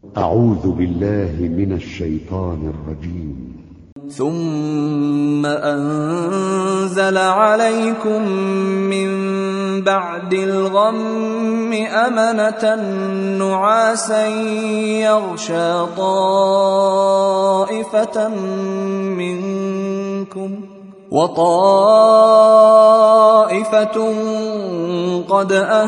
أعوذ بالله من الشيطان الرجيم. ثم أنزل عليكم من بعد الغم أمنة نعاسا يغشى طائفة منكم وطائفة قد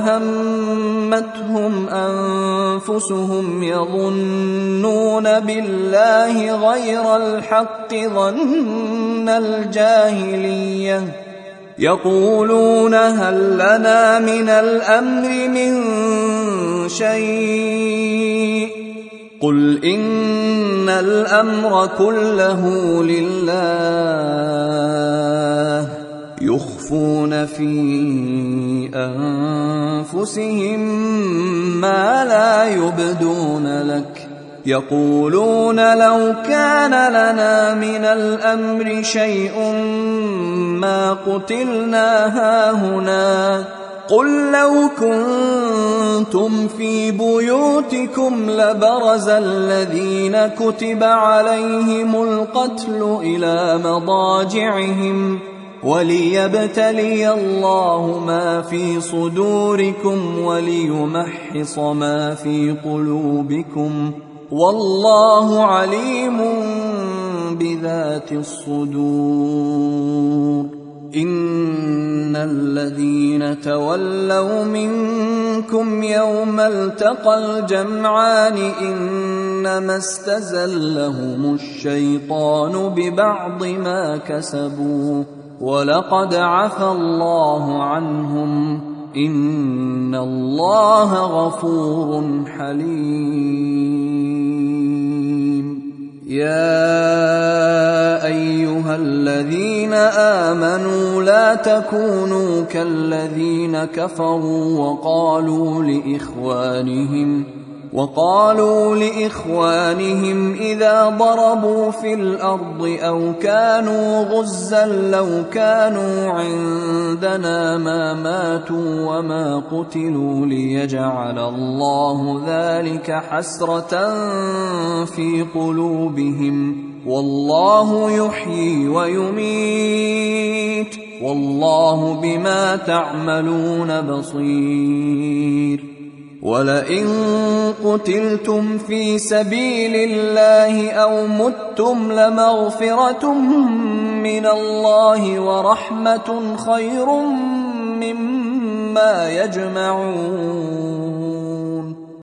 أهمتهم أنفسهم يظنون بالله غير الحق ظن الجاهلية يقولون هل لنا من الأمر من شيء قل إن الأمر كله لله يخفون في أنفسهم ما لا يبدون لك يقولون لو كان لنا من الأمر شيء ما قتلنا هاهنا قل لو كنتم في بيوتكم لبرز الذين كتب عليهم القتل إلى مضاجعهم وليبتلي الله ما في صدوركم وليمحص ما في قلوبكم والله عليم بذات الصدور. إن الذين تولوا منكم يوم التقى الجمعان إنما استزلهم الشيطان ببعض ما كسبوا ولقد عفى الله عنهم إن الله غفور حليم. يا أيها الذين آمنوا لا تكونوا كالذين كفروا وقالوا لإخوانهم إذا ضربوا في الأرض أو كانوا غزا لو كانوا عندنا ما ماتوا وما قتلوا ليجعل الله ذلك حسرة في قلوبهم والله يحيي ويميت والله بما تعملون بصير. ولئن قتلتم في سبيل الله أو متم لمغفرة من الله ورحمة خير مما يجمعون.